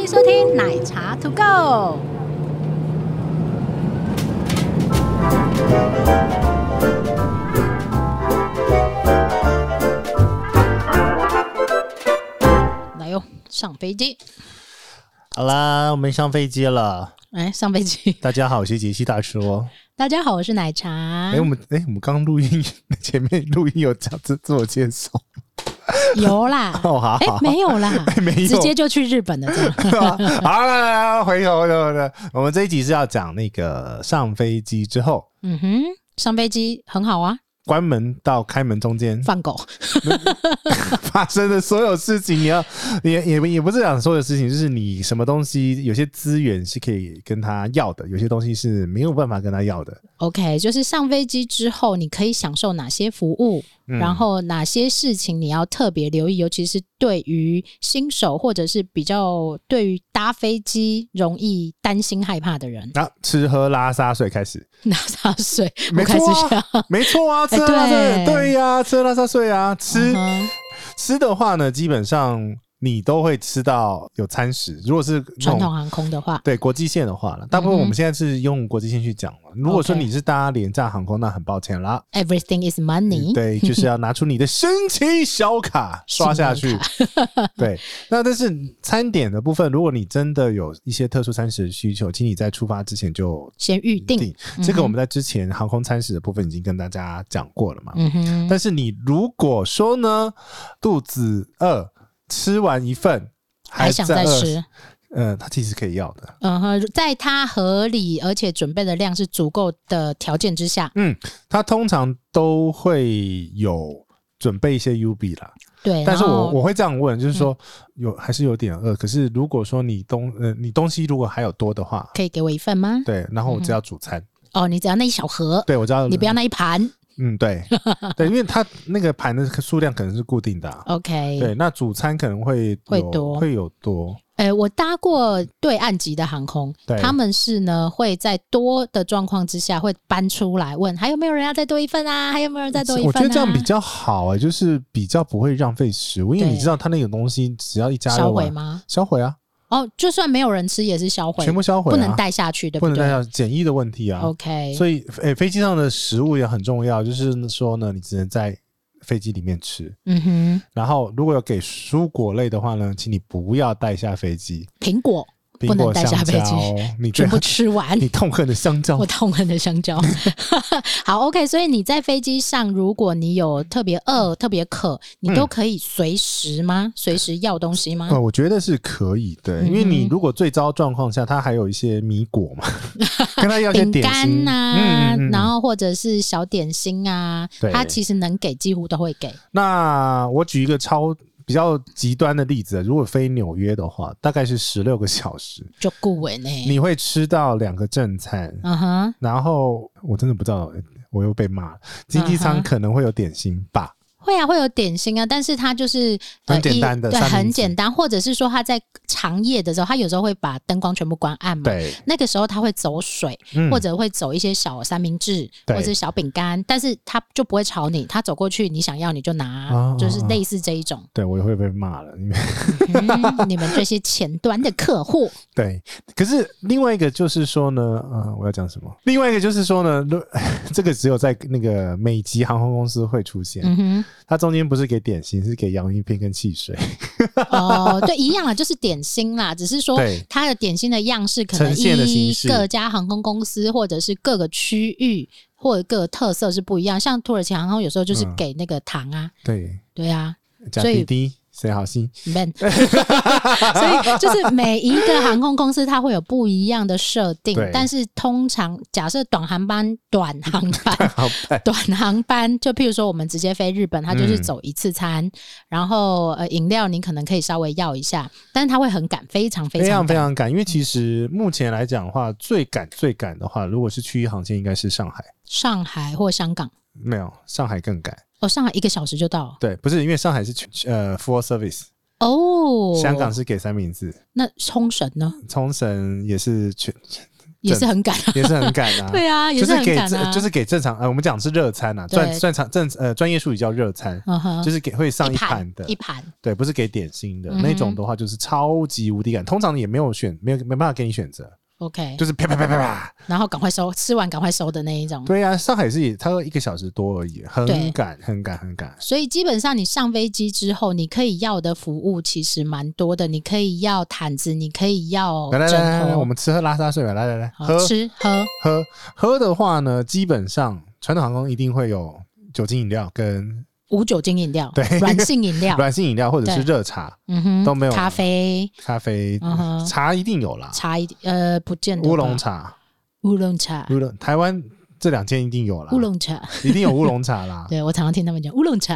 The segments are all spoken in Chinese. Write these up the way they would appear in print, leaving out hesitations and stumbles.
收听奶茶 To Go。来哟，上飞机！ 好啦，我们上飞机了。 上飞机！ 大家好，我是杰西大叔。 大家好，我是奶茶。 我们刚录音前面录音有讲自我介绍。 有啦， 好， 没有啦， 没有， 直接就去日本了，这样。 好，来，回头，我们这一集是要讲那个上飞机之后， 上飞机很好啊， 关门到开门中间放狗发生的所有事情，你要也不是讲所有事情，就是你什么东西，有些资源是可以跟他要的，有些东西是没有办法跟他要的。 OK， 就是上飞机之后，你可以享受哪些服务？然后哪些事情你要特别留意，尤其是对于新手或者是比较对于搭飞机容易担心害怕的人。 吃喝拉撒睡开始。 拉撒睡， 没错啊，没错啊，吃喝拉撒睡，对呀，吃喝拉撒睡啊，吃的话呢，基本上你都会吃到有餐食。如果是传统航空的话， 对国际线的话，大部分我们现在是用国际线去讲了。如果说你是搭廉价航空，那很抱歉啦。 Everything is money。 对，就是要拿出你的神奇小卡刷下去。对，那但是餐点的部分，如果你真的有一些特殊餐食的需求，请你在出发之前就先预定。 这个我们在之前航空餐食的部分已经跟大家讲过了嘛。但是你如果说呢，肚子饿，吃完一份还想再吃， 它其实可以要的。 在它合理而且准备的量是足够的条件之下， 它通常都会有准备一些 UB 啦。 对， 但是我会这样问，就是说还是有点饿，可是如果说你东西如果还有多的话， 可以给我一份吗？ 对，然后我只要主餐。 你只要那一小盒。 对，我知道， 你不要那一盘。 对对，因为它那个盘的数量可能是固定的。 OK， 对，那主餐可能会有多。 我搭过对岸级的航空，他们是呢会在多的状况之下会搬出来问还有没有人要再多一份啊，还有没有人再多一份啊。 我觉得这样比较好就是比较不会浪费食物，因为你知道它那个东西只要一加热销毁吗？ 销毁啊。 就算没有人吃也是销毁， 全部销毁， 不能带下去，对不对？ 不能带下去，检疫的问题啊。 OK， 所以飞机上的食物也很重要，就是说呢，你只能在飞机里面吃。然后如果有给蔬果类的话呢，请你不要带下飞机。苹果不能带下飞机，你全部吃完。 你痛恨的香蕉， 我痛恨的香蕉。好 ，OK， 所以你在飞机上，如果你有特别饿、特别渴，你都可以随时吗？随时要东西吗？ 我觉得是可以的，因为你如果最糟状况下，它还有一些米果嘛，跟他要些点心饼干啊，然后或者是小点心啊，它其实能给，几乎都会给。 那我举一个比较极端的例子，如果飞纽约的话，大概是16个小时， 就够呢。 你会吃到2个正餐，然后我真的不知道，我又被骂了。经济舱可能会有点心吧。 会啊，会有点心啊，但是它就是很简单的， 对，很简单，或者是说它在长夜的时候，它有时候会把灯光全部关暗嘛， 对， 那个时候它会走水，或者会走一些小三明治或者小饼干，但是它就不会吵你，它走过去你想要你就拿，就是类似这一种。 对，我也会被骂了， 你们这些前端的客户。 对，可是另外一个就是说呢，我要讲什么？另外一个就是说呢，这个只有在那个美籍航空公司会出现。它中间不是给点心，是给洋芋片跟汽水。 对，一样啦，就是点心啦，只是说它的点心的样式可能依各家航空公司或者是各个区域或者各个特色是不一样。像土耳其航空有时候就是给那个糖啊，对啊， 所以谁好心所以就是每一个航空公司它会有不一样的设定，但是通常假设短航班就譬如说我们直接飞日本，它就是走一次餐，然后饮料你可能可以稍微要一下，但是它会很赶，非常赶，因为其实目前来讲的话，最赶的话，如果是区域航线应该是上海或香港。 没有，上海更赶。 上海1个小时就到。 对，不是因为上海是full service。香港是给3明治。 那冲绳呢？ 冲绳也是也是很赶也是很赶啊。 对啊，也是很赶啊。 就是给正常我们讲是热餐啊，专业术语叫热餐，就是会上一盘的，对，不是给点心的那种的话，就是超级无敌赶，通常也没办法给你选择。 OK， 就是啪啪啪啪啪， 然后赶快收，吃完赶快收的那一种。 对啊，上海是差不多1个小时多而已，很赶。 所以基本上你上飞机之后，你可以要的服务其实蛮多的，你可以要毯子，你可以要枕头。 来，我们吃喝拉撒睡吧，来，喝的话呢，基本上传统航空一定会有酒精饮料跟无酒精饮料， 对， 软性饮料或者是热茶，都没有。 咖啡， 茶一定有啦， 茶不见得。 乌龙茶，台湾这2间一定有啦， 乌龙茶一定有乌龙茶啦。 对，我常常听他们讲乌龙茶，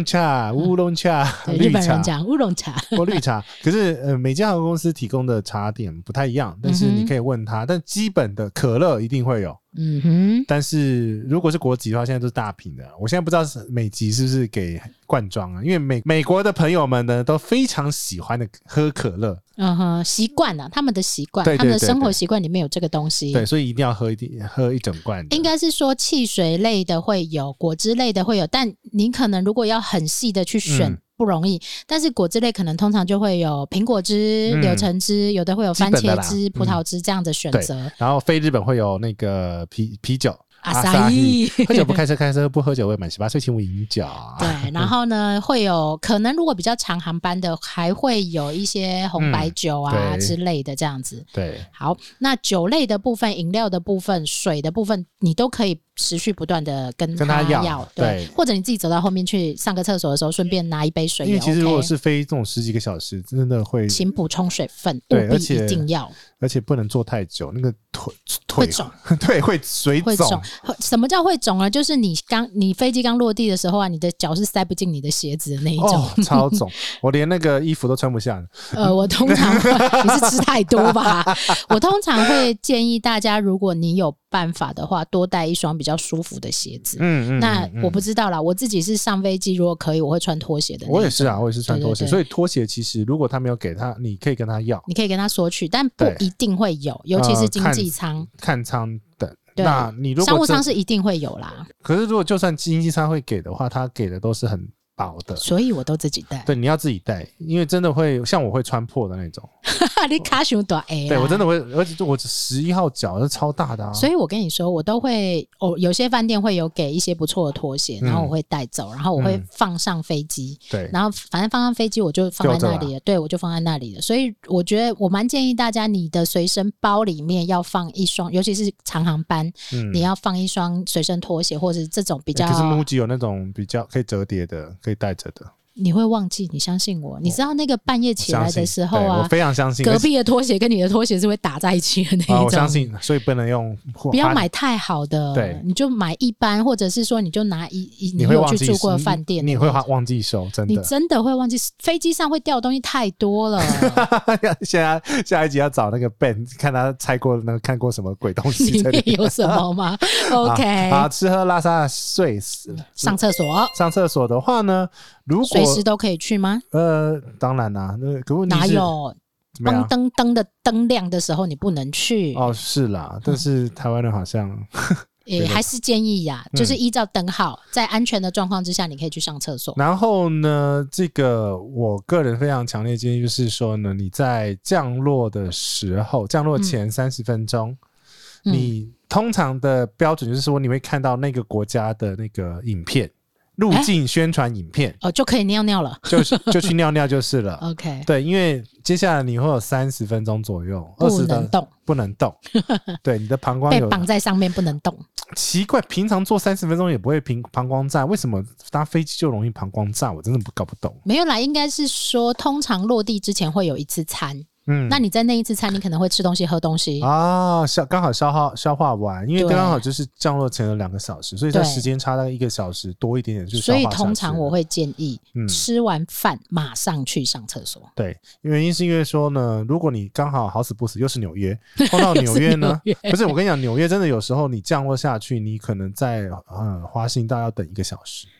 日本人讲乌龙茶或绿茶。可是每家航空公司提供的茶点不太一样，但是你可以问他，但基本的可乐一定会有。但是如果是国籍的话，现在都是大瓶的。我现在不知道美籍是不是给罐装啊？因为美国的朋友们呢都非常喜欢的喝可乐， 习惯了他们的习惯， 他们的生活习惯里面有这个东西， 对，所以一定要喝一整罐的。 应该是说汽水类的会有，果汁类的会有，但你可能如果要很细的去选。不容易，但是果汁类可能通常就会有苹果汁、柳橙汁，有的会有番茄汁、葡萄汁这样的选择。 然后非日本会有那个啤酒。 阿萨伊， 喝酒不开车，不喝酒未满18岁请勿饮酒。 对，然后呢，会有可能如果比较长航班的，还会有一些红白酒啊之类的这样子。 对， 好，那酒类的部分、饮料的部分、水的部分，你都可以持续不断的跟他要，对，或者你自己走到后面去上个厕所的时候，顺便拿一杯水。 因为其实如果是飞这种10几个小时，真的会请补充水分，务必一定要， 而且不能坐太久，那个腿会肿， 对，会水肿。 什么叫会肿呢？就是你飞机刚落地的时候啊，你的脚是塞不进你的鞋子的那一种， 超肿，我连那个衣服都穿不下。 我通常你是吃太多吧？我通常会建议大家，如果你有办法的话，多带一双比较舒服的鞋子。那我不知道啦，我自己是上飞机如果可以，我会穿拖鞋的那种。 我也是啊，我也是穿拖鞋，所以拖鞋其实如果他没有给他，你可以跟他要， 你可以跟他索取，但不一定会有，尤其是经济舱、 看舱等。那你如果商务舱是一定会有啦， 可是如果就算经济舱会给的话，他给的都是很薄的， 所以我都自己带。 对，你要自己带，因为真的会像我会穿破的那种。 你卡胸短 A， 对我真的会，而且我11号脚是超大的啊。 所以我跟你说，我都会有些饭店会有给一些不错的拖鞋，然后我会带走，然后我会放上飞机。 对， 然后反正放上飞机我就放在那里了，对，我就放在那里了。所以我觉得我蛮建议大家，你的随身包里面要放一双，尤其是长航班，你要放一双随身拖鞋，或者是这种比较。 可是 MUJI 有那种比较可以折叠的，可以带着的。 你会忘记，你相信我。你知道那个半夜起来的时候啊， 我非常相信， 隔壁的拖鞋跟你的拖鞋是会打在一起的那一种。 我相信，所以不能用， 不要买太好的，对，你就买一般，或者是说你就拿你有去住过的饭店， 你会忘记收，真的， 你真的会忘记。飞机上会掉的东西太多了。 下一集要找那个 Ben， 看他猜过看过什么鬼东西， 里面有什么吗？OK， 好，吃喝拉撒睡， 上厕所。 上厕所的话呢？如果随时都可以去吗？ 当然啦，可问题是哪有灯的灯亮的时候你不能去？ 哦，是啦，但是台湾人好像还是建议呀，就是依照灯号，在安全的状况之下，你可以去上厕所。 然后呢，这个我个人非常强烈建议就是说呢，你在降落的时候，降落前30分钟，你通常的标准就是说，你会看到那个国家的那个影片。入境宣传影片就可以尿尿了， 就去尿尿就是了。 OK， 对，因为接下来你会有30分钟左右，不能动，对，你的膀胱被绑在上面不能动。 奇怪，平常做30分钟也不会膀胱炸，为什么搭飞机就容易膀胱炸？我真的搞不懂。 没有啦，应该是说通常落地之前会有一次餐。那你在那一次餐，你可能会吃东西、喝东西啊，刚好消化完，因为刚好就是降落前的2个小时，所以在时间差大概1个小时多一点点就消化下去。 所以通常我会建议，吃完饭马上去上厕所。 对，原因是因为说呢，如果你刚好好死不死又是纽约，碰到纽约呢，不是我跟你讲，纽约真的有时候你降落下去，你可能在华盛顿要等1个小时。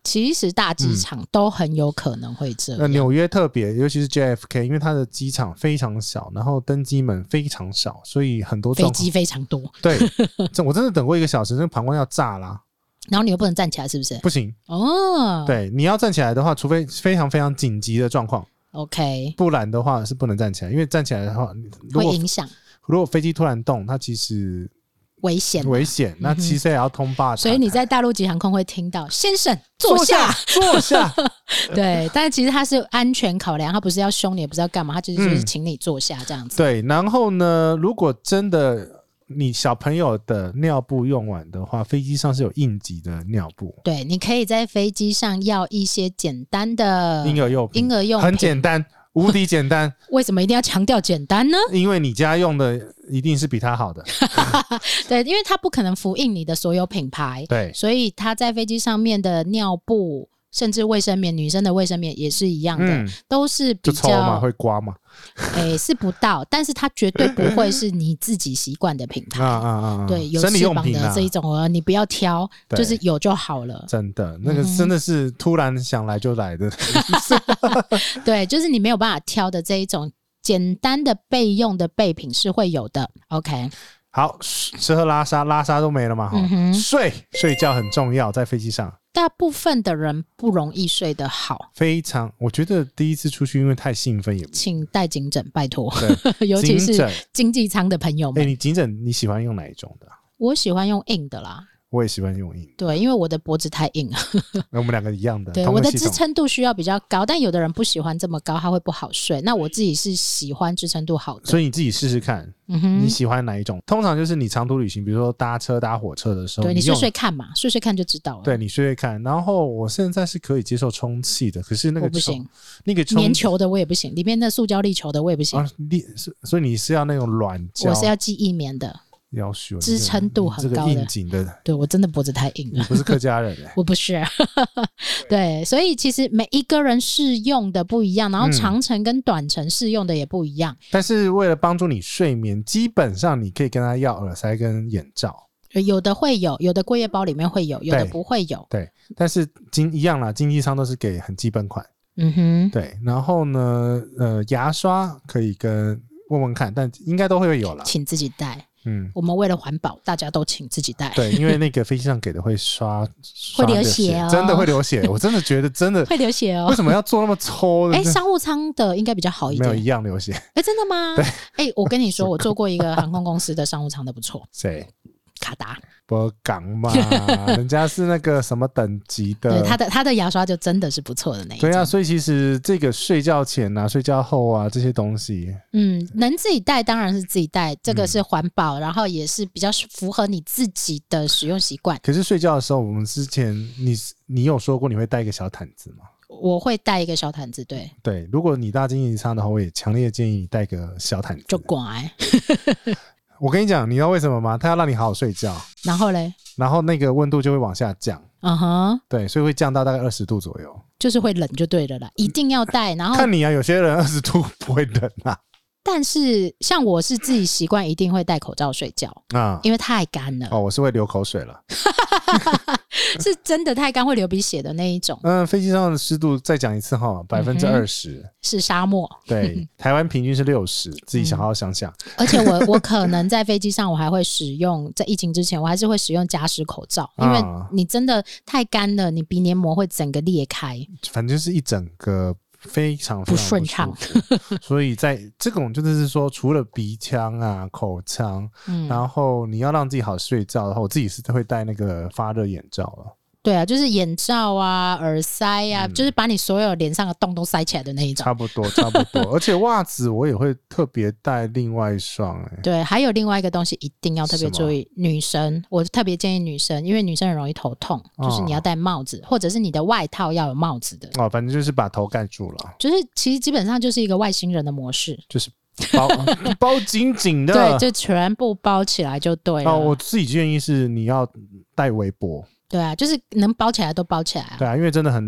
其实大机场都很有可能会这样。 纽约特别，尤其是 JFK， 因为它的机场非常小，然后登机门非常少，所以很多飞机非常多。 对，我真的等过1个小时，那个膀胱要炸啦。 然后你又不能站起来，是不是？ 不行哦。 对，你要站起来的话，除非非常非常紧急的状况 ，OK， 不然的话是不能站起来，因为站起来的话会影响。 如果飞机突然动，它其实危险， 那其实也要通报。 所以你在大陆级航空会听到先生坐下坐下对，但其实它是安全考量，它不是要凶你，也不是要干嘛，它就是请你坐下这样子。 对，然后呢，如果真的你小朋友的尿布用完的话，飞机上是有应急的尿布。 对，你可以在飞机上要一些简单的婴儿用品，很简单，无敌简单。 为什么一定要强调简单呢？ 因为你家用的一定是比他好的对，因为他不可能复印你的所有品牌， 对， 所以他在飞机上面的尿布甚至卫生棉，女生的卫生棉也是一样的，都是比较就抽嘛，会刮嘛是不到，但是它绝对不会是你自己习惯的品牌对，有翅膀的这一种你不要挑，就是有就好了。 真的，那个真的是突然想来就来的对，就是你没有办法挑的这一种简单的备用的备品是会有的。 OK， 好，吃喝拉撒都没了嘛，睡觉很重要，在飞机上大部分的人不容易睡得好，非常，我觉得第一次出去因为太兴奋，也请带颈枕拜托尤其是经济舱的朋友们。 你颈枕你喜欢用哪一种的？ 我喜欢用硬的啦。 我也喜欢用硬， 对，因为我的脖子太硬了我们两个一样的， 对，我的支撑度需要比较高，但有的人不喜欢这么高，他会不好睡。那我自己是喜欢支撑度好的， 所以你自己试试看，你喜欢哪一种？通常就是你长途旅行，比如说搭车搭火车的时候， 对，你睡睡看嘛，睡睡看就知道了。 对，你睡睡看。然后我现在是可以接受充气的，可是那个我不行， 那个棉球的我也不行，里面的塑胶粒球的我也不行所以你是要那种软胶？ 我是要记忆棉的， 要求支撑度很高的， 这个应景的。 对，我真的脖子太硬了。 你不是客家人我不是对，所以其实每一个人适用的不一样，然后长程跟短程适用的也不一样。 但是为了帮助你睡眠，基本上你可以跟他要耳塞跟眼罩。 有的会有，有的过夜包里面会有，有的不会有。 对，但是一样啦，经济舱都是给很基本款。对，然后呢，牙刷可以问问看，但应该都会有啦， 请自己带。我们为了环保，大家都请自己带。 对，因为那个飞机上给的会刷会流血哦， 真的会流血。我真的觉得真的会流血哦。 为什么要做那么抽的？ 商务舱的应该比较好一点， 没有一样流血。 真的吗？对，我跟你说，我做过一个航空公司的商务舱的不错。 谁？ 卡达。 不港嘛，人家是那个什么等级的。 对，他的牙刷就真的是不错的那一种。 对啊，所以其实这个睡觉前啊、睡觉后啊这些东西， 能自己带当然是自己带，这个是环保，然后也是比较符合你自己的使用习惯。 可是睡觉的时候，我们之前你有说过你会带一个小毯子吗？ 我会带一个小毯子， 对，如果你搭经济舱的话，我也强烈建议你带个小毯子， 就乖。 我跟你讲，你知道为什么吗？它要让你好好睡觉。 然后嘞？ 然后那个温度就会往下降。对，所以会降到大概20度左右。 就是会冷就对了啦，一定要带。然后看你啊，有些人20度不会冷啊。 但是像我是自己习惯一定会戴口罩睡觉因为太干了。 我是会流口水了。 是真的太干会流鼻血的那一种。 飞机上的湿度再讲一次哈，20% 是沙漠。 对，台湾平均是60%，自己好好想想。 而且我可能在飞机上我还会使用，在疫情之前我还是会使用加湿口罩，因为你真的太干了，你鼻黏膜会整个裂开， 反正就是一整个非常不顺畅。 所以在这种就是说，除了鼻腔啊、口腔，然后你要让自己好睡觉的话，我自己是会戴那个发热眼罩了。 对啊，就是眼罩啊、耳塞啊，就是把你所有脸上的洞都塞起来的那一种。 差不多。而且袜子我也会特别带另外一双。 对，还有另外一个东西一定要特别注意，女生我特别建议女生，因为女生很容易头痛，就是你要戴帽子，或者是你的外套要有帽子的。 反正就是把头盖住了。 就是其实基本上就是一个外星人的模式， 就是包紧紧的。 对，就全部包起来就对了。 我自己建议是你要戴围脖。 对啊，就是能包起来都包起来对啊，因为真的很冷。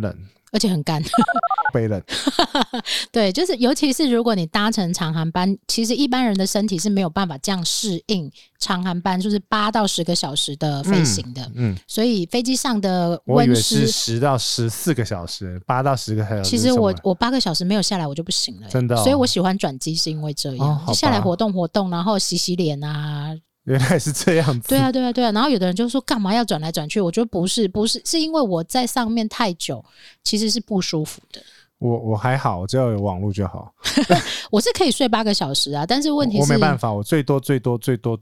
而且很干背冷对，就是尤其是如果你搭乘长航班，其实一般人的身体是没有办法这样适应长航班就是8到10个小时的飞行的，所以飞机上的温湿，我以为是 10到14个小时，8到10个小时。 其实我8个小时没有下来我就不行了， 真的、 所以我喜欢转机是因为这样，就下来活动活动，然后洗脸啊。 原来是这样子。 对啊对啊对啊，然后有的人就说干嘛要转来转去，我觉得不是，是因为我在上面太久其实是不舒服的。 我还好，我只要有网络就好我是可以睡8个小时啊，但是问题是我没办法，我最多睡过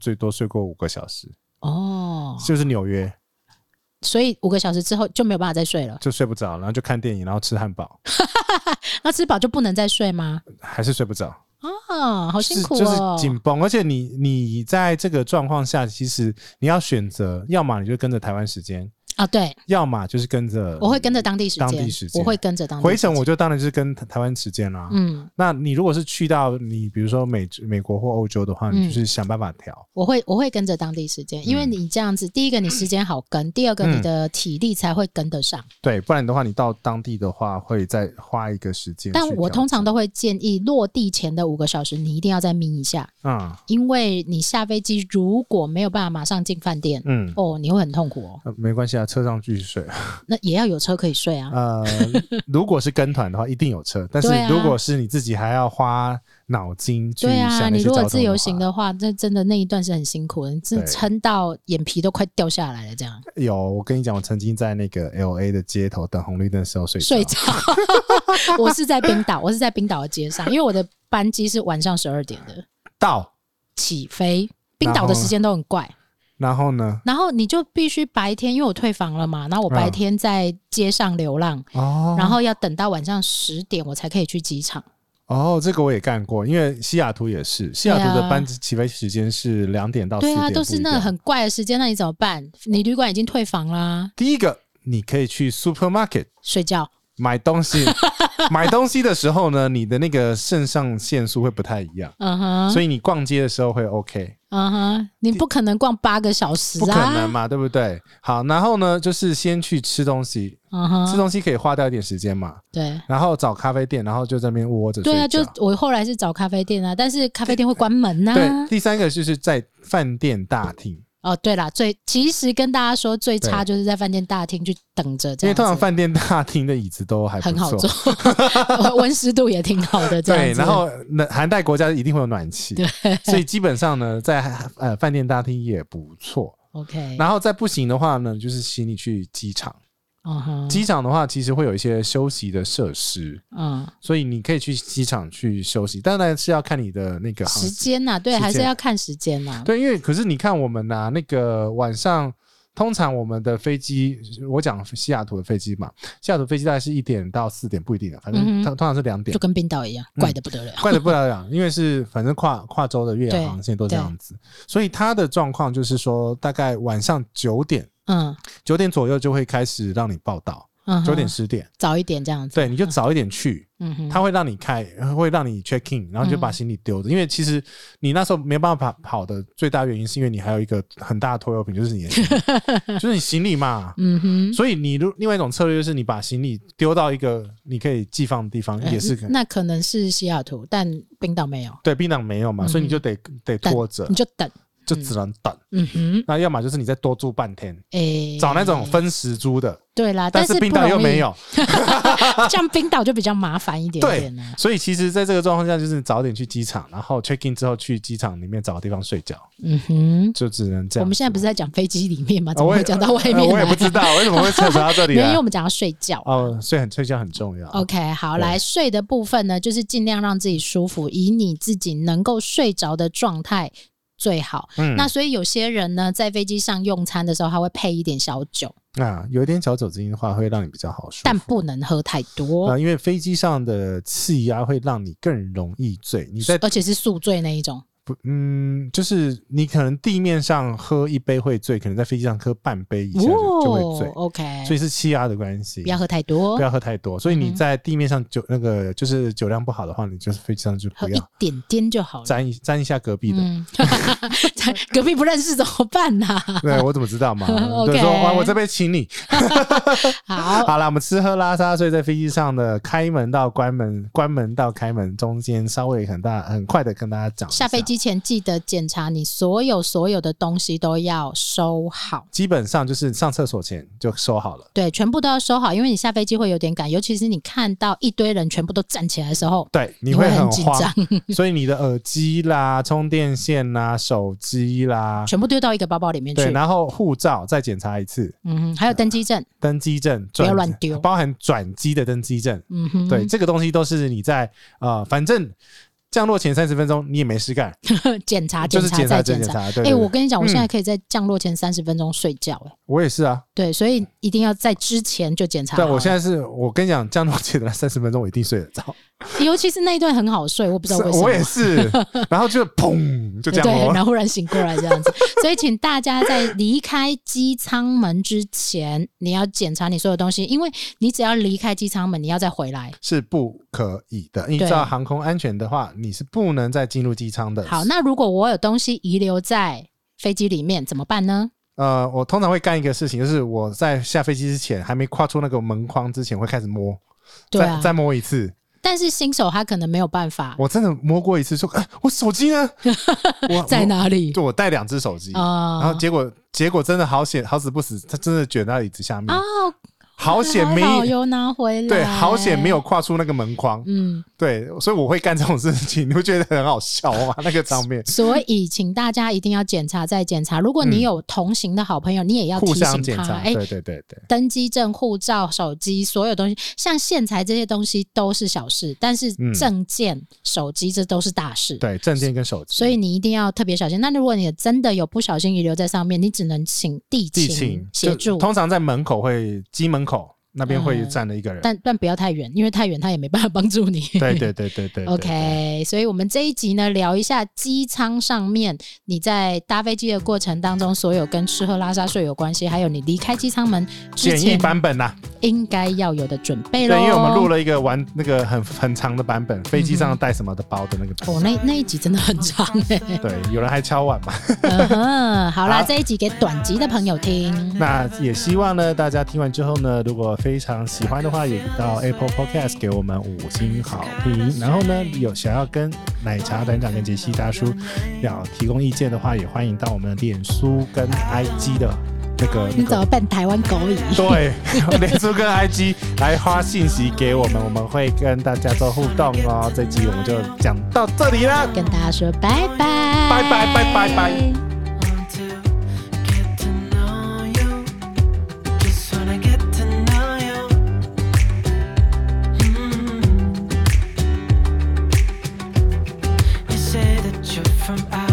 5个小时就是纽约， 所以5个小时之后就没有办法再睡了， 就睡不着，然后就看电影，然后吃汉堡那吃饱就不能再睡吗？ 还是睡不着好辛苦就是紧绷，而且你在这个状况下，其实你要选择，要么你就跟着台湾时间对， 要么就是跟着我会跟着当地时间，我会跟着当地时间。 回程我就当然就是跟台湾时间啦。那你如果是去到你比如说美国或欧洲的话，你就是想办法调。 我会跟着当地时间，因为你这样子，第一个你时间好跟，第二个你的体力才会跟得上。 对，不然的话你到当地的话会再花一个时间。 但我通常都会建议落地前的5个小时你一定要再眯一下，因为你下飞机如果没有办法马上进饭店，你会很痛苦没关系啊，车上继续睡那也要有车可以睡啊。 如果是跟团的话一定有车，但是如果是你自己还要花脑筋去想那些交通的话， 你如果自由行的话，这真的那一段是很辛苦的，你真的撑到眼皮都快掉下来了这样。 有，我跟你讲，我曾经在那个 LA 的街头等红绿灯的时候睡着我是在冰岛的街上，因为我的班机是晚上12点的到起飞，冰岛的时间都很怪。 然后呢？ 然后你就必须白天，因为我退房了嘛，然后我白天在街上流浪，然后要等到晚上10点我才可以去机场。 这个我也干过，因为西雅图也是，西雅图的班起飞时间是2点到4点， 对啊，都是那很怪的时间，那你怎么办？你旅馆已经退房啦。 第一个，你可以去 supermarket 睡觉。 买东西买东西的时候呢，你的那个肾上腺素会不太一样，所以你逛街的时候会 OK。 你不可能逛8个小时啊， 不可能嘛，对不对？好，然后呢，就是先去吃东西，吃东西可以花掉一点时间嘛，对。然后找咖啡店，然后就在那边窝着睡觉。对啊， 就我后来是找咖啡店啊，但是咖啡店会关门啊。 对，第三个就是在饭店大厅。 对啦，其实跟大家说最差就是在饭店大厅去等着这样子， 因为通常饭店大厅的椅子都还不错， 很好坐温湿度也挺好的这样子。 对，然后寒带国家一定会有暖气，对，所以基本上呢在饭店大厅也不错。 OK， 然后再不行的话呢，就是请你去机场。机场的话其实会有一些休息的设施，所以你可以去机场去休息，当然是要看你的那个时间啊，对，还是要看时间啊。 对，因为可是你看我们那个晚上，通常我们的飞机，我讲西雅图的飞机嘛，西雅图飞机大概是1点到4点，不一定的，反正通常是2点， 就跟冰岛一样，怪得不得了， 怪得不得了，因为是反正跨州的越野航线都这样子，所以它的状况就是说，大概晚上9点。9点左右就会开始让你报到，9点10点早一点这样子。 对，你就早一点去，他会让你会让你 check in， 然后你就把行李丢着，因为其实你那时候没办法跑的最大原因是因为你还有一个很大的拖油瓶，就是你的行李就是你行李嘛。所以你另外一种策略就是你把行李丢到一个你可以寄放的地方，也是那可能是西雅图，但冰岛没有。 对，冰岛没有嘛，所以你就得拖着， 你就等。 就只能等，那要么就是你再多住半天，找那种分时租的， 对啦， 但是冰岛又没有， 像冰岛就比较麻烦一点点对，所以其实在这个状况下，就是早点去机场，然后 check in 之后去机场里面找个地方睡觉，就只能这样。 我们现在不是在讲飞机里面吗？怎么会讲到外面？ 我也不知道为什么会扯到这里来， 因为我们讲到睡觉睡觉很重要。 OK， 好，来睡的部分呢，就是尽量让自己舒服，以你自己能够睡着的状态最好。那所以有些人呢，在飞机上用餐的时候，他会配一点小酒。 有一点小酒精的话，会让你比较好舒服， 但不能喝太多。 因为飞机上的气压会让你更容易醉。而且是宿醉那一种。 就是你可能地面上喝一杯会醉，可能在飞机上喝半杯以下就会醉。 OK， 所以是气压的关系， 不要喝太多， 不要喝太多。所以你在地面上就是酒量不好的话，你就是飞机上就不要喝一点点就好了， 沾一下隔壁的， 隔壁不认识怎么办啊？ 对，我怎么知道嘛？ okay， 对，说我这杯请你。 好啦，我们吃喝拉撒睡在飞机上的开门到关门到开门中间稍微很快的跟大家讲。 下飞机前记得检查你所有的东西都要收好， 基本上就是上厕所前就收好了。 对，全部都要收好，因为你下飞机会有点赶，尤其是你看到一堆人全部都站起来的时候， 对，你会很紧张。 所以你的耳机啦、充电线啦、手机啦， 全部丢到一个包包里面去。 对，然后护照再检查一次， 还有登机证， 不要乱丢， 包含转机的登机证。对，这个东西都是你在反正降落前30分钟你也没事干， 检查就是检查。对， 我跟你讲，我现在可以在降落前30分钟睡觉。 我也是啊。 对，所以一定要在之前就检查好。 对，我跟你讲，降落前的30分钟我一定睡得着。 尤其是那一段很好睡，我不知道为什么。 我也是，然后就砰就这样对，然后忽然醒过来这样子。所以请大家在离开机舱门之前，你要检查你所有东西，因为你只要离开机舱门，你要再回来是不可以的。依照航空安全的话，你是不能再进入机舱的。 好，那如果我有东西遗留在飞机里面怎么办呢？ 我通常会干一个事情，就是我在下飞机之前，还没跨出那个门框之前，会开始摸， 对啊， 再摸一次。 但是新手他可能没有办法。 我真的摸过一次，说我手机呢？ 在哪里？ 就我带2只手机，然后结果真的好死不死，他真的卷在椅子下面。好险没有拿回来， 对，好险没有跨出那个门框。对，所以我会干这种事情，你会觉得很好笑吗？那个场面。 所以请大家一定要检查再检查。如果你有同行的好朋友，你也要提醒他。 互相检查，对。 登机证、护照、手机，所有东西，像线材这些东西都是小事，但是证件、手机这都是大事。 对，证件跟手机。 所以你一定要特别小心。那如果你真的有不小心遗留在上面，你只能请地勤协助。 通常在门口机门口那边会站了一个人， 但不要太远，因为太远他也没办法帮助你。 对。 OK， 所以我们这一集呢，聊一下机舱上面你在搭飞机的过程当中，所有跟吃喝拉撒睡有关系，还有你离开机舱门之前简易版本应该要有的准备咯。 对，因为我们录了一个那个很长的版本，飞机上带什么的包的那个。 那一集真的很长对， 有人还敲碗嘛。 好啦，这一集给短集的朋友听。 那也希望呢，大家听完之后呢，如果非常喜欢的话，也到 Apple Podcast 给我们5星好评。然后呢，有想要跟奶茶团长跟杰西大叔要提供意见的话，也欢迎到我们的脸书跟 IG 的你怎么扮台湾狗语？ 对，脸书跟 IG 来发信息给我们，我们会跟大家做互动哦。这集我们就讲到这里了， 跟大家说拜拜， 拜拜拜拜拜。From